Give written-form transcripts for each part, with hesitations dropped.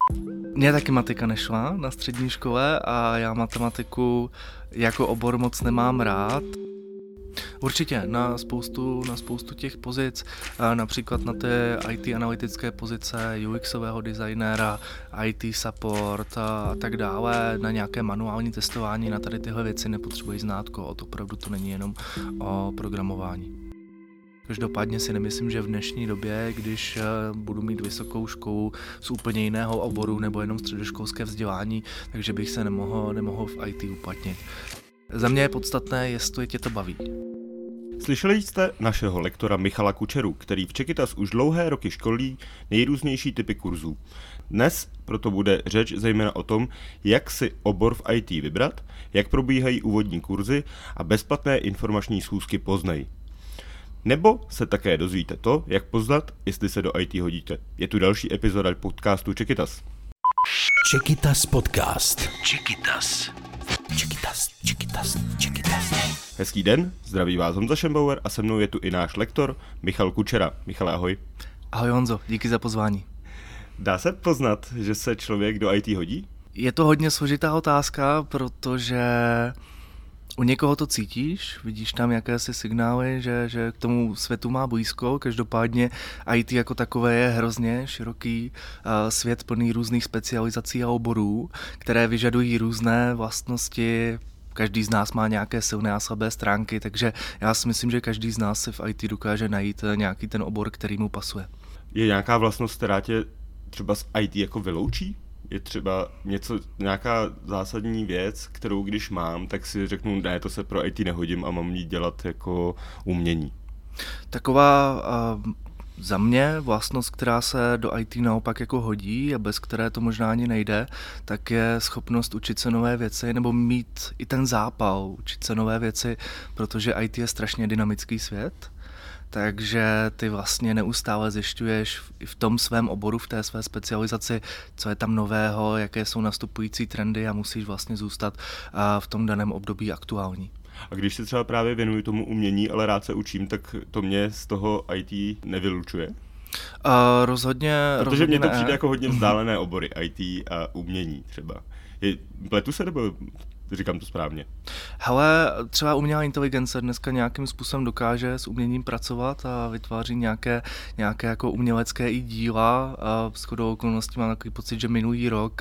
Mně taky matika nešla na střední škole a já matematiku jako obor moc nemám rád. Určitě na spoustu těch pozic, například na ty IT analytické pozice, UXového designéra, IT support a tak dále, na nějaké manuální testování, na tady tyhle věci nepotřebuji znát kód, opravdu to není jenom o programování. Každopádně si nemyslím, že v dnešní době, když budu mít vysokou školu z úplně jiného oboru nebo jenom středoškolské vzdělání, takže bych se nemohl v IT uplatnit. Za mě je podstatné, jestli tě to baví. Slyšeli jste našeho lektora Michala Kučeru, který v Čekytas už dlouhé roky školí nejrůznější typy kurzů. Dnes proto bude řeč zejména o tom, jak si obor v IT vybrat, jak probíhají úvodní kurzy a bezplatné informační schůzky poznej. Nebo se také dozvíte to, jak poznat, jestli se do IT hodíte. Je tu další epizoda podcastu Čekytas. Čekytas podcast. Čekytas. Hezký den, zdraví vás Honza Schembauer a se mnou je tu i náš lektor Michal Kučera. Michale, ahoj. Ahoj Honzo, díky za pozvání. Dá se poznat, že se člověk do IT hodí? Je to hodně složitá otázka, protože u někoho to cítíš, vidíš tam jakési signály, že k tomu světu má blízko, každopádně IT jako takové je hrozně široký svět plný různých specializací a oborů, které vyžadují různé vlastnosti. Každý z nás má nějaké silné a slabé stránky, takže já si myslím, že každý z nás si v IT dokáže najít nějaký ten obor, který mu pasuje. Je nějaká vlastnost, která tě třeba z IT jako vyloučí? Je třeba nějaká zásadní věc, kterou když mám, tak si řeknu, ne, to se pro IT nehodím a mám jí dělat jako umění. Taková za mě vlastnost, která se do IT naopak jako hodí a bez které to možná ani nejde, tak je schopnost učit se nové věci nebo mít i ten zápal učit se nové věci, protože IT je strašně dynamický svět. Takže ty vlastně neustále zjišťuješ v tom svém oboru, v té své specializaci, co je tam nového, jaké jsou nastupující trendy a musíš vlastně zůstat v tom daném období aktuální. A když se třeba právě věnuju tomu umění, ale rád se učím, tak to mě z toho IT nevylučuje? Rozhodně. Protože mně to přijde jako hodně vzdálené obory, IT a umění třeba. Pletu se nebo říkám to správně? Hele, třeba umělá inteligence dneska nějakým způsobem dokáže s uměním pracovat a vytváří nějaké jako umělecké i díla. Shodou okolností mám takový pocit, že minulý rok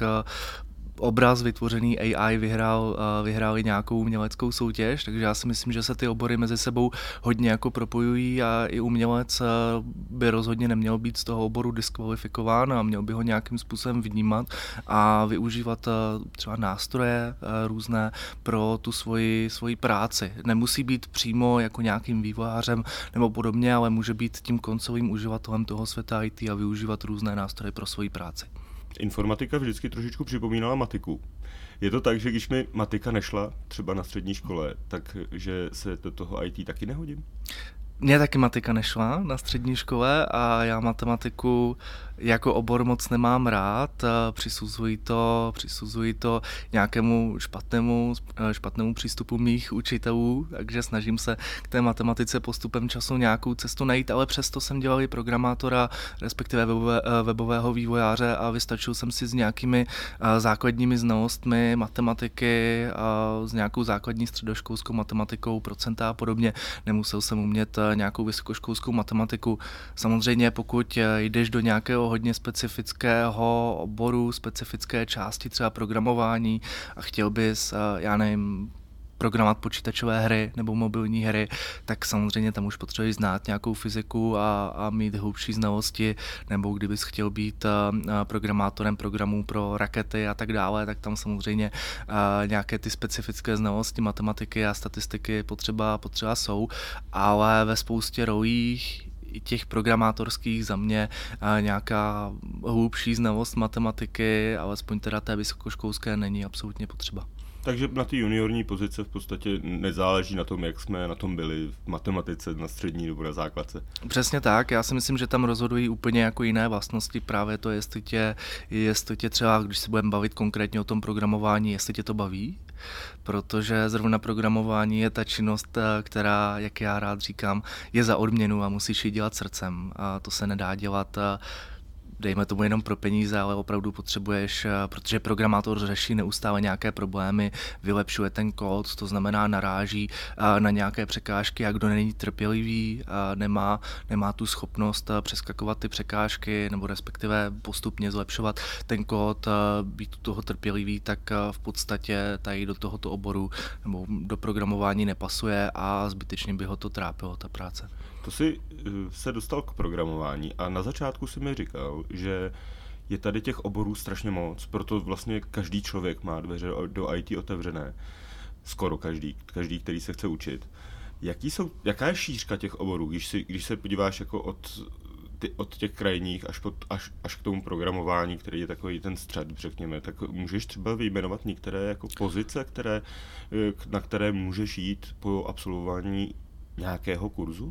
obraz vytvořený AI vyhráli nějakou uměleckou soutěž, takže já si myslím, že se ty obory mezi sebou hodně jako propojují a i umělec by rozhodně neměl být z toho oboru diskvalifikován a měl by ho nějakým způsobem vnímat a využívat třeba nástroje různé pro tu svoji práci. Nemusí být přímo jako nějakým vývojářem nebo podobně, ale může být tím koncovým uživatelem toho světa IT a využívat různé nástroje pro svoji práci. Informatika vždycky trošičku připomínala matiku. Je to tak, že když mi matika nešla třeba na střední škole, takže se do toho IT taky nehodím? Mně taky matika nešla na střední škole a já matematiku jako obor moc nemám rád, přisuzuji to nějakému špatnému přístupu mých učitelů, takže snažím se k té matematice postupem času nějakou cestu najít, ale přesto jsem dělal i programátora, respektive webového vývojáře a vystačil jsem si s nějakými základními znalostmi matematiky, s nějakou základní středoškolskou matematikou, procenta a podobně. Nemusel jsem umět nějakou vysokoškolskou matematiku. Samozřejmě pokud jdeš do nějakého hodně specifického oboru, specifické části třeba programování a chtěl bys, programovat počítačové hry nebo mobilní hry, tak samozřejmě tam už potřebuješ znát nějakou fyziku a mít hlubší znalosti, nebo kdybys chtěl být programátorem programů pro rakety a tak dále, tak tam samozřejmě nějaké ty specifické znalosti matematiky a statistiky potřeba jsou, ale ve spoustě rolích i těch programátorských za mě nějaká hlubší znalost matematiky, alespoň teda té vysokoškolské, není absolutně potřeba. Takže na ty juniorní pozice v podstatě nezáleží na tom, jak jsme na tom byli v matematice na střední nebo na základce. Přesně tak, já si myslím, že tam rozhodují úplně jako jiné vlastnosti, právě to, jestli tě třeba, když se budeme bavit konkrétně o tom programování, jestli tě to baví, protože zrovna programování je ta činnost, která, jak já rád říkám, je za odměnu a musíš ji dělat srdcem a to se nedá dělat dejme tomu jenom pro peníze, ale opravdu potřebuješ, protože programátor řeší neustále nějaké problémy, vylepšuje ten kód, to znamená naráží na nějaké překážky a kdo není trpělivý, nemá tu schopnost přeskakovat ty překážky nebo respektive postupně zlepšovat ten kód, být u toho trpělivý, tak v podstatě tady do tohoto oboru nebo do programování nepasuje a zbytečně by ho to trápilo, ta práce. To si se dostal k programování a na začátku si mi říkal, že je tady těch oborů strašně moc, proto vlastně každý člověk má dveře do IT otevřené. Skoro každý, který se chce učit. Jaká je šířka těch oborů, když se podíváš jako od těch krajních až k tomu programování, který je takový ten střed, řekněme, tak můžeš třeba vyjmenovat některé jako pozice, na které můžeš jít po absolvování nějakého kurzu?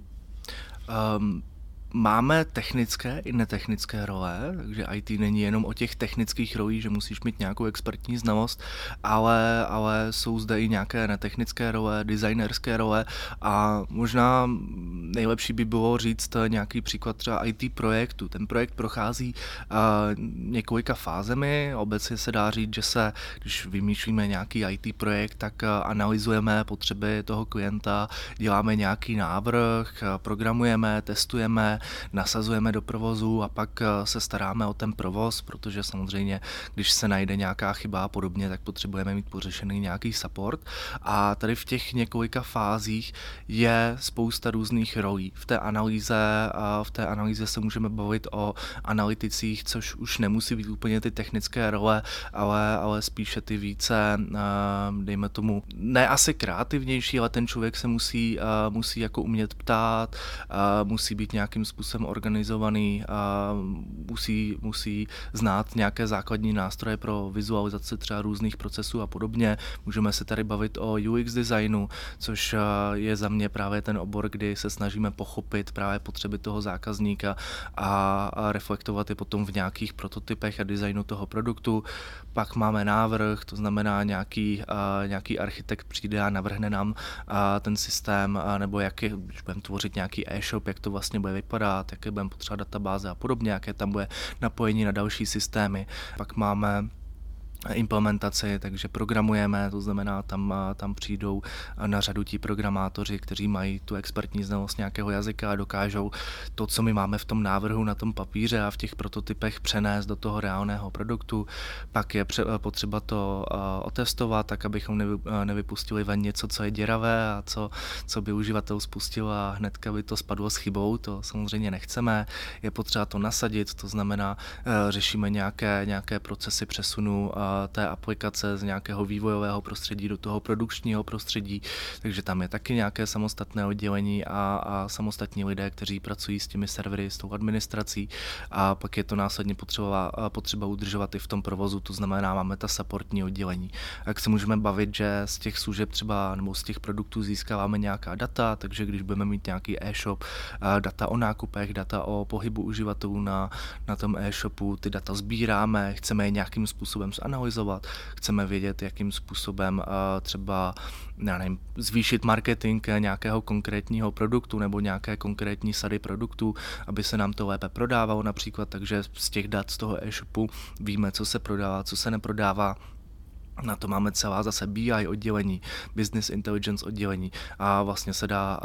Máme technické i netechnické role, takže IT není jenom o těch technických rolích, že musíš mít nějakou expertní znalost, ale jsou zde i nějaké netechnické role, designerské role a možná nejlepší by bylo říct nějaký příklad třeba IT projektu. Ten projekt prochází několika fázemi, obecně se dá říct, že když vymýšlíme nějaký IT projekt, tak analyzujeme potřeby toho klienta, děláme nějaký návrh, programujeme, testujeme, nasazujeme do provozu a pak se staráme o ten provoz, protože samozřejmě, když se najde nějaká chyba a podobně, tak potřebujeme mít pořešený nějaký support. A tady v těch několika fázích je spousta různých rolí. V té analýze se můžeme bavit o analyticích, což už nemusí být úplně ty technické role, ale spíše ty více, dejme tomu, ne asi kreativnější, ale ten člověk se musí jako umět ptát, musí být nějakým způsobem organizovaný, musí znát nějaké základní nástroje pro vizualizaci třeba různých procesů a podobně. Můžeme se tady bavit o UX designu, což je za mě právě ten obor, kdy se snažíme pochopit právě potřeby toho zákazníka a reflektovat je potom v nějakých prototypech a designu toho produktu. Pak máme návrh, to znamená nějaký architekt přijde a navrhne nám ten systém, nebo když budeme tvořit nějaký e-shop, jak to vlastně bude vypadat, jaké budeme potřebovat databáze a podobně, jaké tam bude napojení na další systémy. Pak máme implementaci, takže programujeme, to znamená, tam přijdou na řadu ti programátoři, kteří mají tu expertní znalost nějakého jazyka a dokážou to, co my máme v tom návrhu na tom papíře a v těch prototypech přenést do toho reálného produktu. Pak je potřeba to otestovat, tak abychom nevypustili ven něco, co je děravé a co by uživatel spustil a hnedka by to spadlo s chybou, to samozřejmě nechceme. Je potřeba to nasadit, to znamená, řešíme nějaké procesy přesunu té aplikace z nějakého vývojového prostředí do toho produkčního prostředí, takže tam je taky nějaké samostatné oddělení a samostatní lidé, kteří pracují s těmi servery, s tou administrací a pak je to následně potřeba udržovat i v tom provozu, to znamená, máme ta supportní oddělení. Jak se můžeme bavit, že z těch služeb třeba nebo z těch produktů získáváme nějaká data, takže když budeme mít nějaký e-shop, data o nákupech, data o pohybu uživatelů na tom e-shopu, ty data sbíráme, chceme je nějakým způsobem zanalyzovat, chceme vědět, jakým způsobem třeba zvýšit marketing nějakého konkrétního produktu nebo nějaké konkrétní sady produktů, aby se nám to lépe prodávalo například, takže z těch dat z toho e-shopu víme, co se prodává, co se neprodává. Na to máme celá zase BI oddělení, Business Intelligence oddělení a vlastně se dá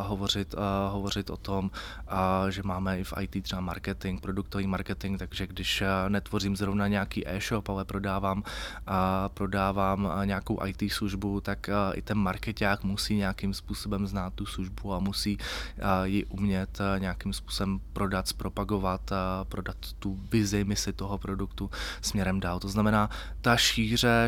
hovořit o tom, že máme i v IT třeba marketing, produktový marketing, takže když netvořím zrovna nějaký e-shop, ale prodávám nějakou IT službu, tak i ten markeťák musí nějakým způsobem znát tu službu a musí ji umět nějakým způsobem prodat, zpropagovat, prodat tu vizi, misi toho produktu směrem dál. To znamená, ta šíře,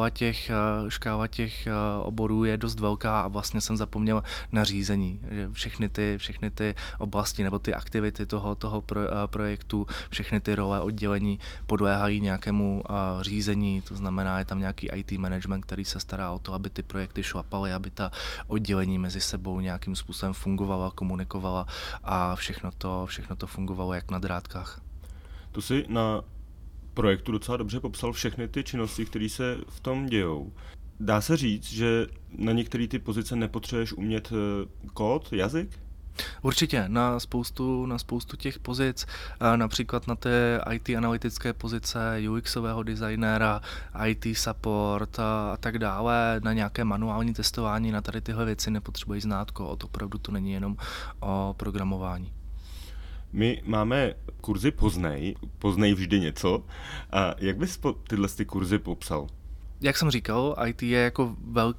škála těch oborů je dost velká a vlastně jsem zapomněl na řízení, že všechny ty oblasti nebo ty aktivity toho projektu, všechny ty role oddělení podléhají nějakému řízení, to znamená, je tam nějaký IT management, který se stará o to, aby ty projekty šlapaly, aby ta oddělení mezi sebou nějakým způsobem fungovala, komunikovala a všechno to fungovalo jak na drátkách. To si na projektu docela dobře popsal všechny ty činnosti, které se v tom dějou. Dá se říct, že na některé ty pozice nepotřebuješ umět kód, jazyk? Určitě, na spoustu těch pozic, například na té IT analytické pozice, UXového designéra, IT support a tak dále, na nějaké manuální testování, na tady tyhle věci nepotřebuješ znát kód, opravdu to není jenom o programování. My máme kurzy Poznej vždy něco. A jak bys tyhle kurzy popsal? Jak jsem říkal, IT je jako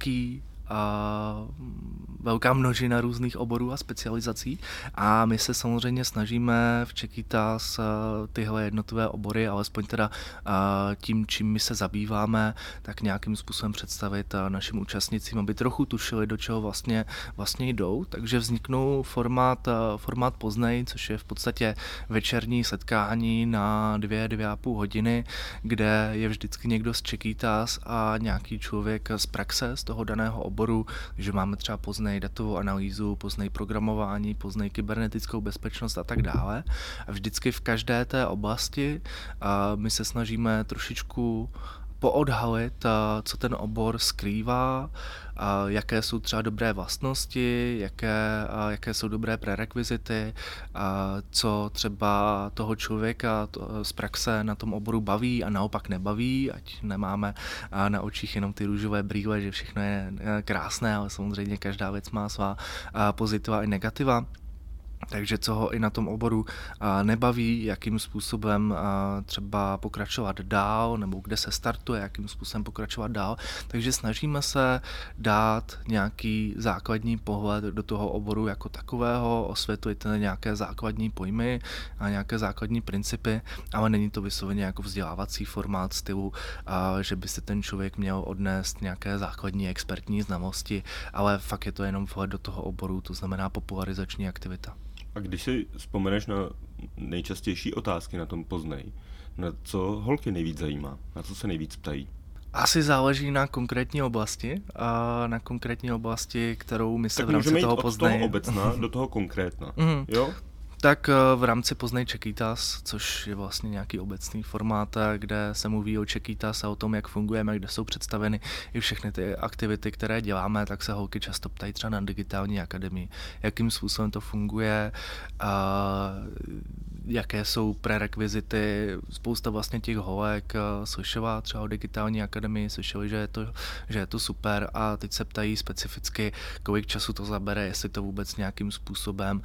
velká množina různých oborů a specializací a my se samozřejmě snažíme v Čekytas tyhle jednotlivé obory, alespoň teda tím, čím my se zabýváme, tak nějakým způsobem představit našim účastnicím, aby trochu tušili, do čeho vlastně jdou. Takže vzniknul formát Poznej, což je v podstatě večerní setkání na 2,5 hodiny, kde je vždycky někdo z Čekytas a nějaký člověk z praxe z toho daného oboru, že máme třeba Poznej datovou analýzu, Poznej programování, Poznej kybernetickou bezpečnost a tak dále. A vždycky v každé té oblasti my se snažíme trošičku poodhalit, co ten obor skrývá, jaké jsou třeba dobré vlastnosti, jaké jsou dobré prerekvizity, co třeba toho člověka z praxe na tom oboru baví a naopak nebaví, ať nemáme na očích jenom ty růžové brýle, že všechno je krásné, ale samozřejmě každá věc má svá pozitiva i negativa. Takže co ho i na tom oboru nebaví, jakým způsobem třeba pokračovat dál, nebo kde se startuje, jakým způsobem pokračovat dál. Takže snažíme se dát nějaký základní pohled do toho oboru jako takového, osvětlit nějaké základní pojmy a nějaké základní principy, ale není to vysloveně jako vzdělávací formát stylu, že by si ten člověk měl odnést nějaké základní expertní znalosti, ale fakt je to jenom vhled do toho oboru, to znamená popularizační aktivita. A když si vzpomeneš na nejčastější otázky na tom Poznej, na co holky nejvíc zajímá, na co se nejvíc ptají? Asi záleží na konkrétní oblasti, kterou my se v rámci toho Poznej... Tak můžeme jít od toho obecna do toho konkrétna, jo? Tak v rámci Poznej Čekytas, což je vlastně nějaký obecný formát, kde se mluví o Čekytas a o tom, jak fungujeme, kde jsou představeny i všechny ty aktivity, které děláme, tak se holky často ptají třeba na digitální akademii, jakým způsobem to funguje, jaké jsou prerekvizity. Spousta vlastně těch holek slyšela třeba o digitální akademii, slyšeli, že je to super a teď se ptají specificky, kolik času to zabere, jestli to vůbec nějakým způsobem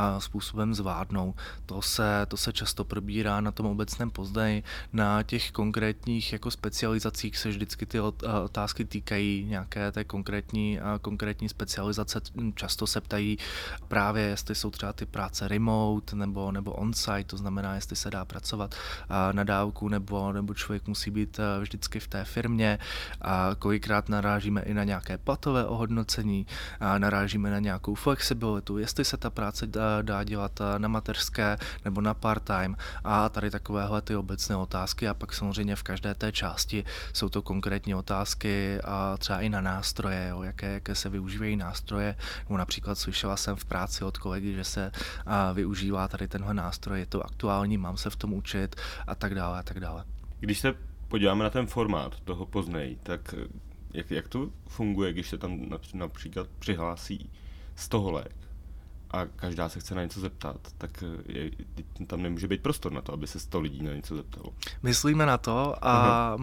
zvládnou. To se často probírá na tom obecném Poznej. Na těch konkrétních jako specializacích se vždycky ty otázky týkají nějaké té konkrétní specializace. Často se ptají právě, jestli jsou třeba ty práce remote nebo on-site, to znamená, jestli se dá pracovat na dálku nebo člověk musí být vždycky v té firmě. Kolikrát narážíme i na nějaké platové ohodnocení, narážíme na nějakou flexibilitu, jestli se ta práce dá dělat na mateřské nebo na part-time a tady takovéhle ty obecné otázky a pak samozřejmě v každé té části jsou to konkrétní otázky a třeba i na nástroje, jo, jaké se využívají nástroje, nebo například slyšela jsem v práci od kolegy, že se využívá tady tenhle nástroj, je to aktuální, mám se v tom učit a tak dále a tak dále. Když se podíváme na ten formát toho Poznej, tak jak to funguje, když se tam například přihlásí 100 holek a každá se chce na něco zeptat, tak tam nemůže být prostor na to, aby se 100 lidí na něco zeptalo. Myslíme na to a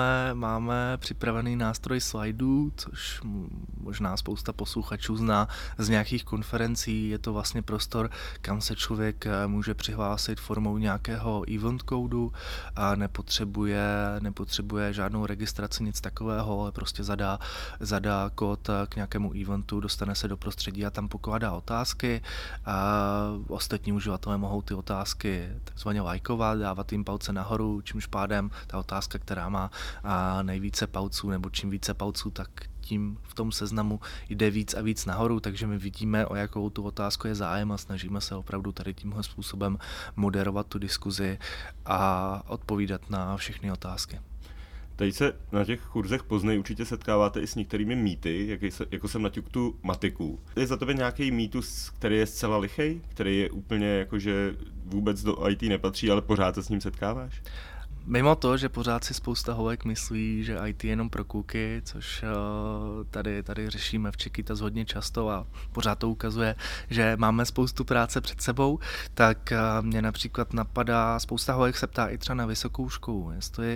máme připravený nástroj slajdů, což možná spousta posluchačů zná z nějakých konferencí. Je to vlastně prostor, kam se člověk může přihlásit formou nějakého event kódu a nepotřebuje žádnou registraci, nic takového, ale prostě zadá kód k nějakému eventu, dostane se do prostředí a tam pokládá otázky. A ostatní uživatelé mohou ty otázky takzvaně lajkovat, dávat jim palce nahoru, čímž pádem ta otázka, která má nejvíce palců, nebo čím více palců, tak tím v tom seznamu jde víc a víc nahoru, takže my vidíme, o jakou tu otázku je zájem a snažíme se opravdu tady tímhle způsobem moderovat tu diskuzi a odpovídat na všechny otázky. Teď se na těch kurzech Poznej určitě setkáváte i s některými mýty, jako jsem naťuk tu matiku. Je za tebe nějaký mýtus, který je zcela lichej, který je úplně jakože vůbec do IT nepatří, ale pořád se s ním setkáváš? Mimo to, že pořád si spousta holek myslí, že IT je jenom pro kluky, což tady řešíme v Čekytas hodně často a pořád to ukazuje, že máme spoustu práce před sebou, tak mě například napadá, spousta holek se ptá i třeba na vysokou školu,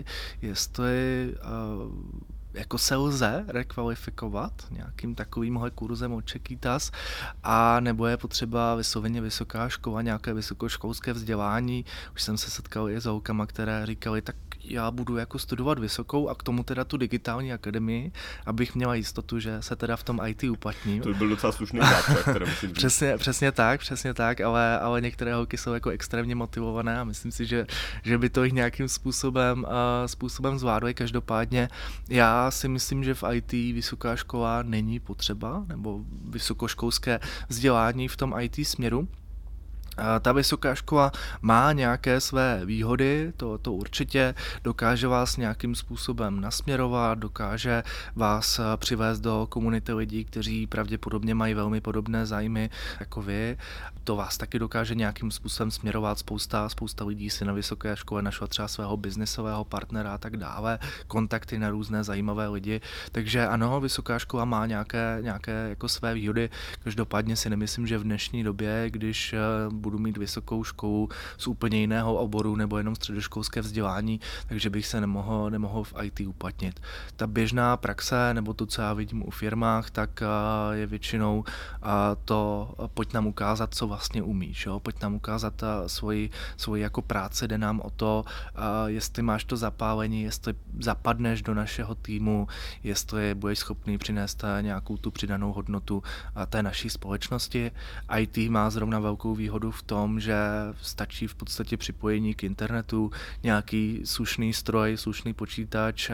jestli jako se lze rekvalifikovat nějakým takovýmhle kurzem od Čekytas, a nebo je potřeba vysloveně vysoká škola, nějaké vysokoškolské vzdělání. Už jsem se setkal i s holkama, které říkali, tak já budu jako studovat vysokou a k tomu teda tu digitální akademii, abych měla jistotu, že se teda v tom IT uplatním. To by byl docela slušný základ, který musím říct. Přesně tak, ale některé holky jsou jako extrémně motivované a myslím si, že by to jich nějakým způsobem zvládly. Každopádně já si myslím, že v IT vysoká škola není potřeba, nebo vysokoškolské vzdělání v tom IT směru. Ta vysoká škola má nějaké své výhody, to určitě, dokáže vás nějakým způsobem nasměrovat, dokáže vás přivést do komunity lidí, kteří pravděpodobně mají velmi podobné zájmy jako vy. To vás taky dokáže nějakým způsobem směrovat. Spousta lidí si na vysoké škole našla třeba svého biznesového partnera a tak dále, kontakty na různé zajímavé lidi. Takže ano, vysoká škola má nějaké jako své výhody. Každopádně si nemyslím, že v dnešní době, když budu mít vysokou školu z úplně jiného oboru nebo jenom středoškolské vzdělání, takže bych se nemohl v IT uplatnit. Ta běžná praxe, nebo to, co já vidím u firmách, tak je většinou to, pojď nám ukázat, co vlastně umíš, jo? Pojď nám ukázat svoji jako práci, jde nám o to, jestli máš to zapálení, jestli zapadneš do našeho týmu, jestli budeš schopný přinést nějakou tu přidanou hodnotu té naší společnosti. IT má zrovna velkou výhodu v tom, že stačí v podstatě připojení k internetu, nějaký slušný stroj, slušný počítač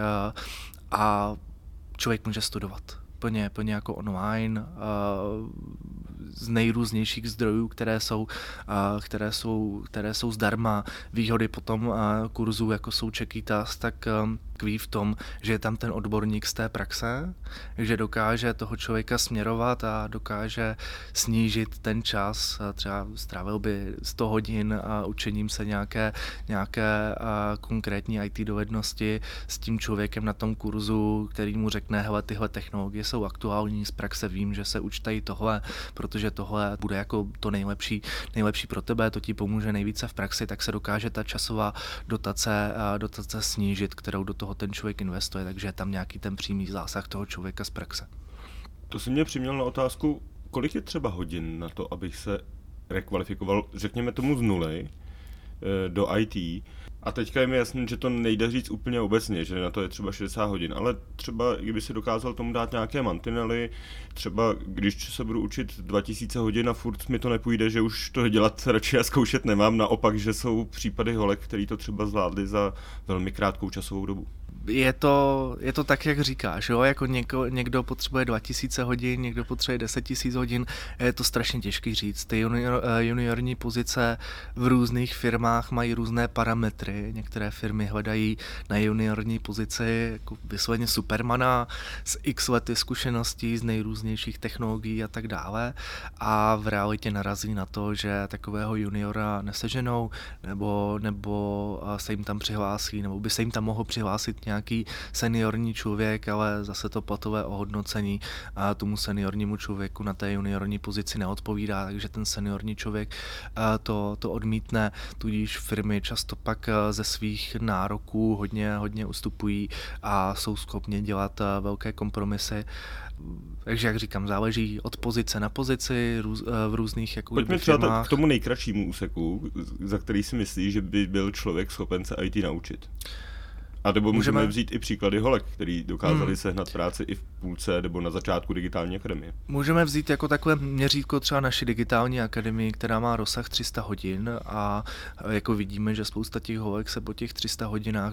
a člověk může studovat. Plně jako online, z nejrůznějších zdrojů, které jsou zdarma. Výhody potom kurzů, jako jsou Čekytas, tak tkví v tom, že je tam ten odborník z té praxe, že dokáže toho člověka směrovat a dokáže snížit ten čas. Třeba strávil by 100 hodin učením se nějaké konkrétní IT dovednosti s tím člověkem na tom kurzu, který mu řekne, hele, tyhle technologie jsou aktuální, z praxe vím, že se učtají tohle, protože tohle bude jako to nejlepší pro tebe, to ti pomůže nejvíce v praxi, tak se dokáže ta časová dotace snížit, kterou do toho ten člověk investuje, takže je tam nějaký ten přímý zásah toho člověka z praxe. To si mě přiměl na otázku, kolik je třeba hodin na to, abych se rekvalifikoval, řekněme tomu z nuly, do IT. A teďka je mi jasný, že to nejde říct úplně obecně, že na to je třeba 60 hodin, ale třeba kdyby si dokázal tomu dát nějaké mantinely, třeba když se budu učit 2000 hodin a furt mi to nepůjde, že už to dělat radši a zkoušet nemám, naopak, že jsou případy holek, který to třeba zvládli za velmi krátkou časovou dobu. Je to tak, jak říkáš, jo? Jako někdo potřebuje 2000 hodin, někdo potřebuje 10 000 hodin, je to strašně těžký říct. Ty juniorní pozice v různých firmách mají různé parametry, některé firmy hledají na juniorní pozici jako vysloveně supermana s x lety zkušeností z nejrůznějších technologií a tak dále a v realitě narazí na to, že takového juniora neseženou nebo se jim tam přihlásí, nebo by se jim tam mohl přihlásit nějaký seniorní člověk, ale zase to platové ohodnocení a tomu seniornímu člověku na té juniorní pozici neodpovídá, takže ten seniorní člověk to odmítne, tudíž firmy často pak ze svých nároků hodně ustupují a jsou schopni dělat velké kompromisy. Takže jak říkám, záleží od pozice na pozici v různých jako Pojďme firmách. třeba k tomu nejkratšímu úseku, za který si myslíš, že by byl člověk schopen se IT naučit. A nebo můžeme vzít i příklady holek, který dokázali sehnat práci i v půlce nebo na začátku digitální akademie. Můžeme vzít jako takové měřítko třeba naši digitální akademii, která má rozsah 300 hodin a jako vidíme, že spousta těch holek se po těch 300 hodinách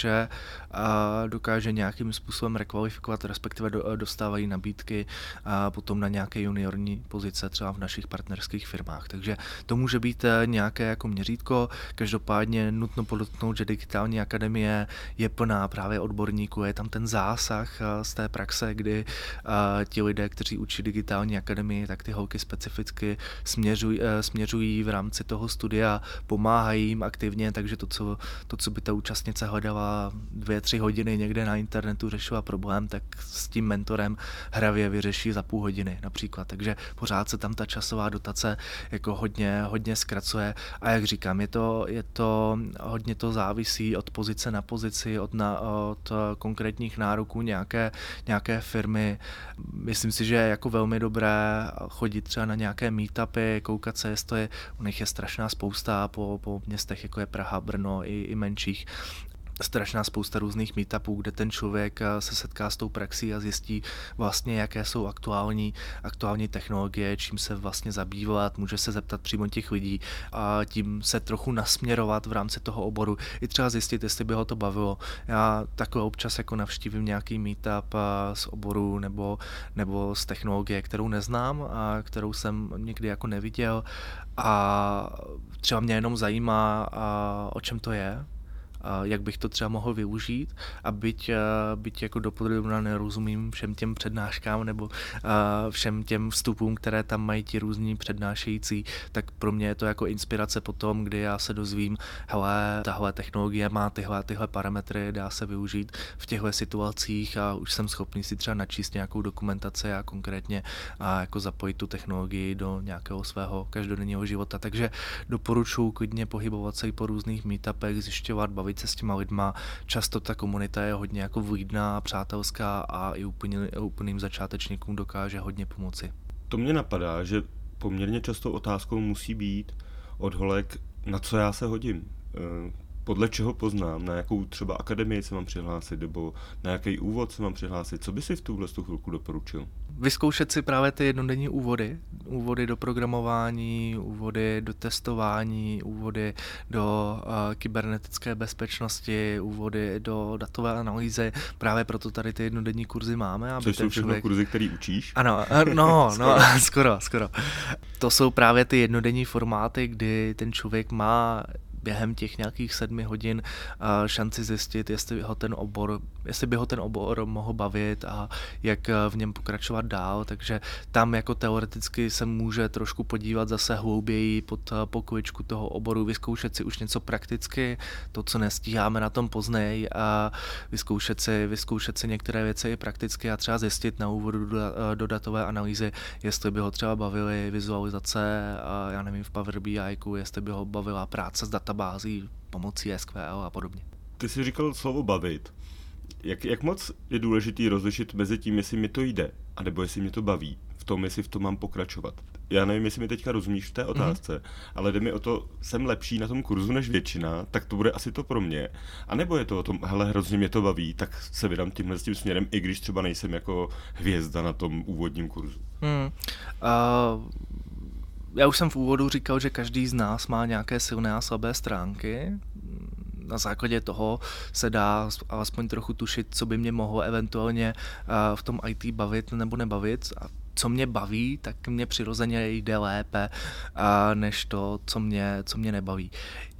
dokáže nějakým způsobem rekvalifikovat, respektive dostávají nabídky a potom na nějaké juniorní pozice třeba v našich partnerských firmách. Takže to může být nějaké jako měřítko. Každopádně nutno podotknout, že digitální akademie je plná právě odborníků, je tam ten zásah z té praxe, kdy ti lidé, kteří učí digitální akademii, tak ty holky specificky směřují v rámci toho studia, pomáhají jim aktivně, takže to, co by ta účastnice hledala 2-3 hodiny někde na internetu, řešila problém, tak s tím mentorem hravě vyřeší za půl hodiny například. Takže pořád se tam ta časová dotace jako hodně zkracuje a jak říkám, hodně to závisí od pozice na pozici, od konkrétních nároků nějaké firmy. Myslím si, že je jako velmi dobré chodit třeba na nějaké meetupy, koukat se, jestli u nich je strašná spousta po městech, jako je Praha, Brno i menších. Strašná spousta různých meetupů, kde ten člověk se setká s tou praxí a zjistí vlastně, jaké jsou aktuální technologie, čím se vlastně zabývat, může se zeptat přímo těch lidí a tím se trochu nasměrovat v rámci toho oboru i třeba zjistit, jestli by ho to bavilo. Já takhle občas jako navštívím nějaký meetup z oboru nebo z technologie, kterou neznám a kterou jsem nikdy jako neviděl a třeba mě jenom zajímá, o čem to je, jak bych to třeba mohl využít a byť jako dopodrobna nerozumím všem těm přednáškám nebo všem těm vstupům, které tam mají ti různí přednášející, tak pro mě je to jako inspirace potom, kdy já se dozvím, hele, tahle technologie má tyhle parametry, dá se využít v těchto situacích a už jsem schopný si třeba načíst nějakou dokumentaci a konkrétně jako zapojit tu technologii do nějakého svého každodenního života. Takže doporučuji klidně pohybovat se i po různých meetupech, zjišťovat, bavit se s těma lidma. Často ta komunita je hodně jako vlídná, přátelská a i úplným začátečníkům dokáže hodně pomoci. To mě napadá, že poměrně častou otázkou musí být od holek, na co já se hodím. Podle čeho poznám, na jakou třeba akademii se mám přihlásit, nebo na jaký úvod se mám přihlásit. Co by si v tuhle chvilku doporučil? Vyzkoušet si právě ty jednodenní úvody do programování, úvody do testování, úvody do kybernetické bezpečnosti, úvody do datové analýzy. Právě proto tady ty jednodenní kurzy máme. Aby Což jsou všechno kurzy, který učíš? Ano, skoro. To jsou právě ty jednodenní formáty, kdy ten člověk má během těch nějakých 7 hodin šanci zjistit, jestli by ho ten obor mohl bavit a jak v něm pokračovat dál, takže tam jako teoreticky se může trošku podívat zase hlouběji pod pokličku toho oboru, vyzkoušet si už něco prakticky, to, co nestíháme na tom později a vyzkoušet si některé věci i prakticky a třeba zjistit na úvodu do datové analýzy, jestli by ho třeba bavily vizualizace, já nevím, v Power BI, jestli by ho bavila práce s databází pomocí SQL a podobně. Ty jsi říkal slovo bavit. Jak moc je důležitý rozlišit mezi tím, jestli mi to jde, anebo jestli mě to baví, v tom, jestli v tom mám pokračovat? Já nevím, jestli mi teďka rozumíš v té otázce, ale jde mi o to, jsem lepší na tom kurzu než většina, tak to bude asi to pro mě. A nebo je to o tom, hele, hrozně mě to baví, tak se vydám tímhle s tím směrem, i když třeba nejsem jako hvězda na tom úvodním kurzu. Já už jsem v úvodu říkal, že každý z nás má nějaké silné a slabé stránky. Na základě toho se dá alespoň trochu tušit, co by mě mohlo eventuálně v tom IT bavit nebo nebavit. A co mě baví, tak mě přirozeně jde lépe než to, co mě nebaví.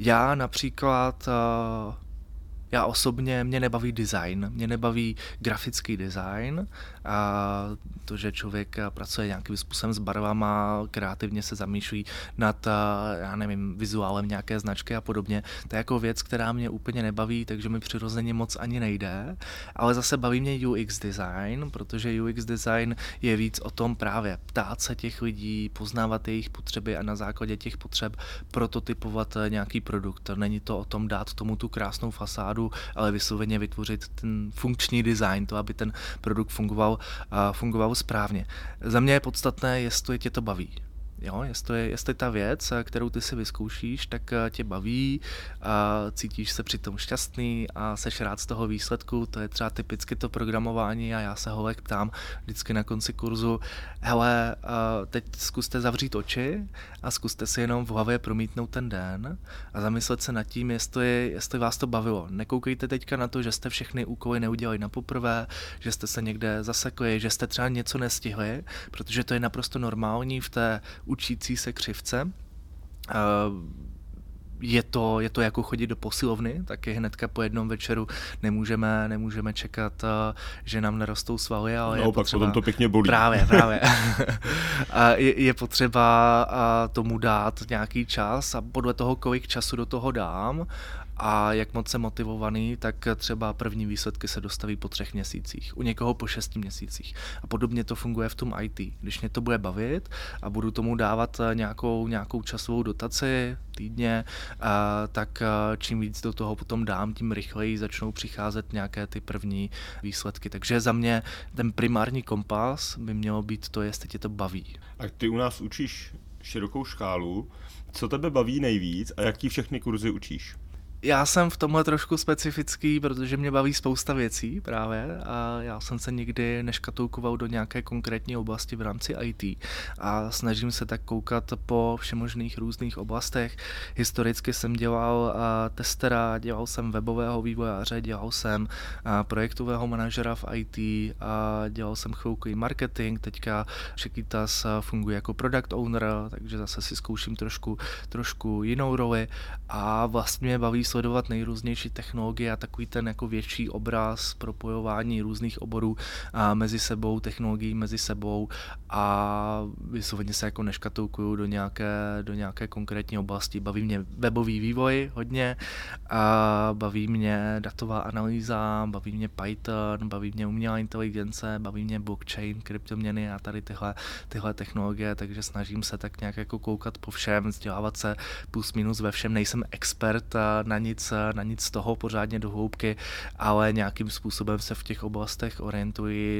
Já osobně, mě nebaví design, mě nebaví grafický design a to, že člověk pracuje nějakým způsobem s barvama, kreativně se zamýšlí nad, já nevím, vizuálem nějaké značky a podobně. To je jako věc, která mě úplně nebaví, takže mi přirozeně moc ani nejde, ale zase baví mě UX design, protože UX design je víc o tom právě ptát se těch lidí, poznávat jejich potřeby a na základě těch potřeb prototypovat nějaký produkt. Není to o tom dát tomu tu krásnou fasádu, ale vysloveně vytvořit ten funkční design, to, aby ten produkt fungoval správně. Za mě je podstatné, jestli tě to baví. Jo, jestli ta věc, kterou ty si vyzkoušíš, tak tě baví, a cítíš se přitom šťastný a seš rád z toho výsledku, to je třeba typicky to programování a já se holek ptám vždycky na konci kurzu, hele, teď zkuste zavřít oči a zkuste si jenom v hlavě promítnout ten den a zamyslet se nad tím, jestli vás to bavilo. Nekoukejte teďka na to, že jste všechny úkoly neudělali na poprvé, že jste se někde zasekli, že jste třeba něco nestihli, protože to je naprosto normální v té učící se křivce. je to jako chodit do posilovny, taky hnedka po jednom večeru nemůžeme čekat, že nám nerostou svaly, ale je potřeba... potom to pěkně bolí. Právě. je potřeba tomu dát nějaký čas a podle toho, kolik času do toho dám a jak moc jsem motivovaný, tak třeba první výsledky se dostaví po 3 měsících, u někoho po 6 měsících. A podobně to funguje v tom IT. Když mě to bude bavit a budu tomu dávat nějakou časovou dotaci týdně, tak čím víc do toho potom dám, tím rychleji začnou přicházet nějaké ty první výsledky. Takže za mě ten primární kompas by mělo být to, jestli tě to baví. A ty u nás učíš širokou škálu. Co tebe baví nejvíc a jaký všechny kurzy učíš? Já jsem v tomhle trošku specifický, protože mě baví spousta věcí právě a já jsem se nikdy neškatulkoval do nějaké konkrétní oblasti v rámci IT a snažím se tak koukat po všemožných různých oblastech. Historicky jsem dělal testera, dělal jsem webového vývojáře, dělal jsem projektového manažera v IT a dělal jsem chvilku i marketing, teďka Čekytas funguje jako product owner, takže zase si zkouším trošku jinou roli a vlastně mě baví sledovat nejrůznější technologie a takový ten jako větší obraz propojování různých oborů mezi sebou, technologií mezi sebou a vysloveně se jako neškatulkuju do nějaké konkrétní oblasti. Baví mě webový vývoj hodně, a baví mě datová analýza, baví mě Python, baví mě umělá inteligence, baví mě blockchain, kryptoměny a tady tyhle technologie, takže snažím se tak nějak jako koukat po všem, vzdělávat se plus minus ve všem, nejsem expert na nic z toho pořádně do hloubky, ale nějakým způsobem se v těch oblastech orientuji,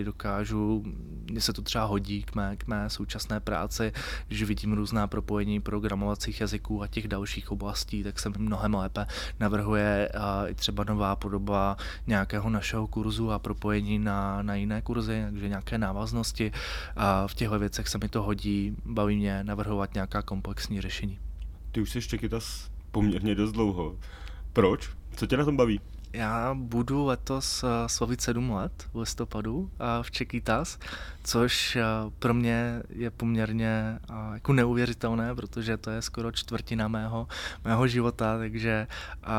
mně se to třeba hodí k mé současné práci, když vidím různá propojení programovacích jazyků a těch dalších oblastí, tak se mi mnohem lépe navrhuje i třeba nová podoba nějakého našeho kurzu a propojení na jiné kurzy, takže nějaké návaznosti. V těchto věcech se mi to hodí, baví mě navrhovat nějaká komplexní řešení. Ty už jsi Čekytas poměrně dost dlouho. Proč? Co tě na tom baví? Já budu letos slavit 7 let v listopadu v Čekytas, což pro mě je poměrně jako neuvěřitelné, protože to je skoro čtvrtina mého života, takže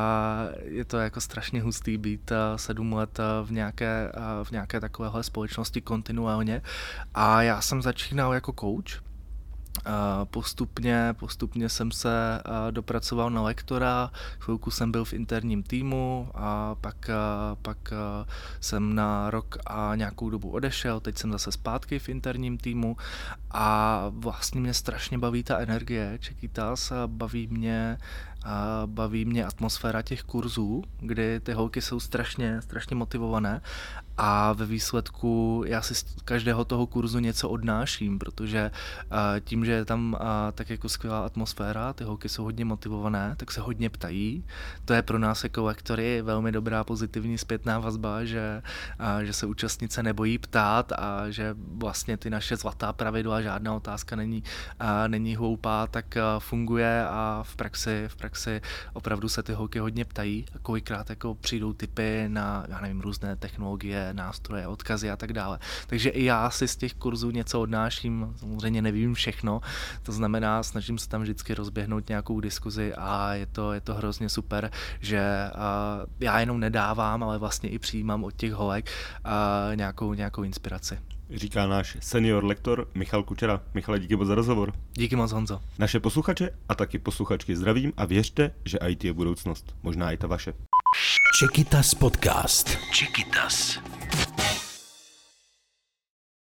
je to jako strašně hustý být 7 let v nějaké takovéhle společnosti kontinuálně. A já jsem začínal jako coach. Postupně jsem se dopracoval na lektora, chvilku jsem byl v interním týmu a pak jsem na rok a nějakou dobu odešel, teď jsem zase zpátky v interním týmu a vlastně mě strašně baví ta energie Čekytas, baví mě atmosféra těch kurzů, kdy ty holky jsou strašně motivované a ve výsledku já si z každého toho kurzu něco odnáším, protože tím, že je tam tak jako skvělá atmosféra, ty holky jsou hodně motivované, tak se hodně ptají. To je pro nás jako lektory velmi dobrá pozitivní zpětná vazba, že se účastnice nebojí ptát a že vlastně ty naše zlatá pravidla, žádná otázka není hloupá, tak funguje a v praxi opravdu se ty holky hodně ptají a kolikrát jako přijdou tipy na, já nevím, různé technologie, nástroje, odkazy a tak dále. Takže i já si z těch kurzů něco odnáším, samozřejmě nevím všechno, to znamená, snažím se tam vždycky rozběhnout nějakou diskuzi a je to hrozně super, že já jenom nedávám, ale vlastně i přijímám od těch holek nějakou inspiraci. Říká náš senior lektor Michal Kučera. Michale, díky moc za rozhovor. Díky moc, Honzo. Naše posluchače a taky posluchačky zdravím a věřte, že IT je budoucnost. Možná i ta vaše. Čekytas podcast. Čekytas.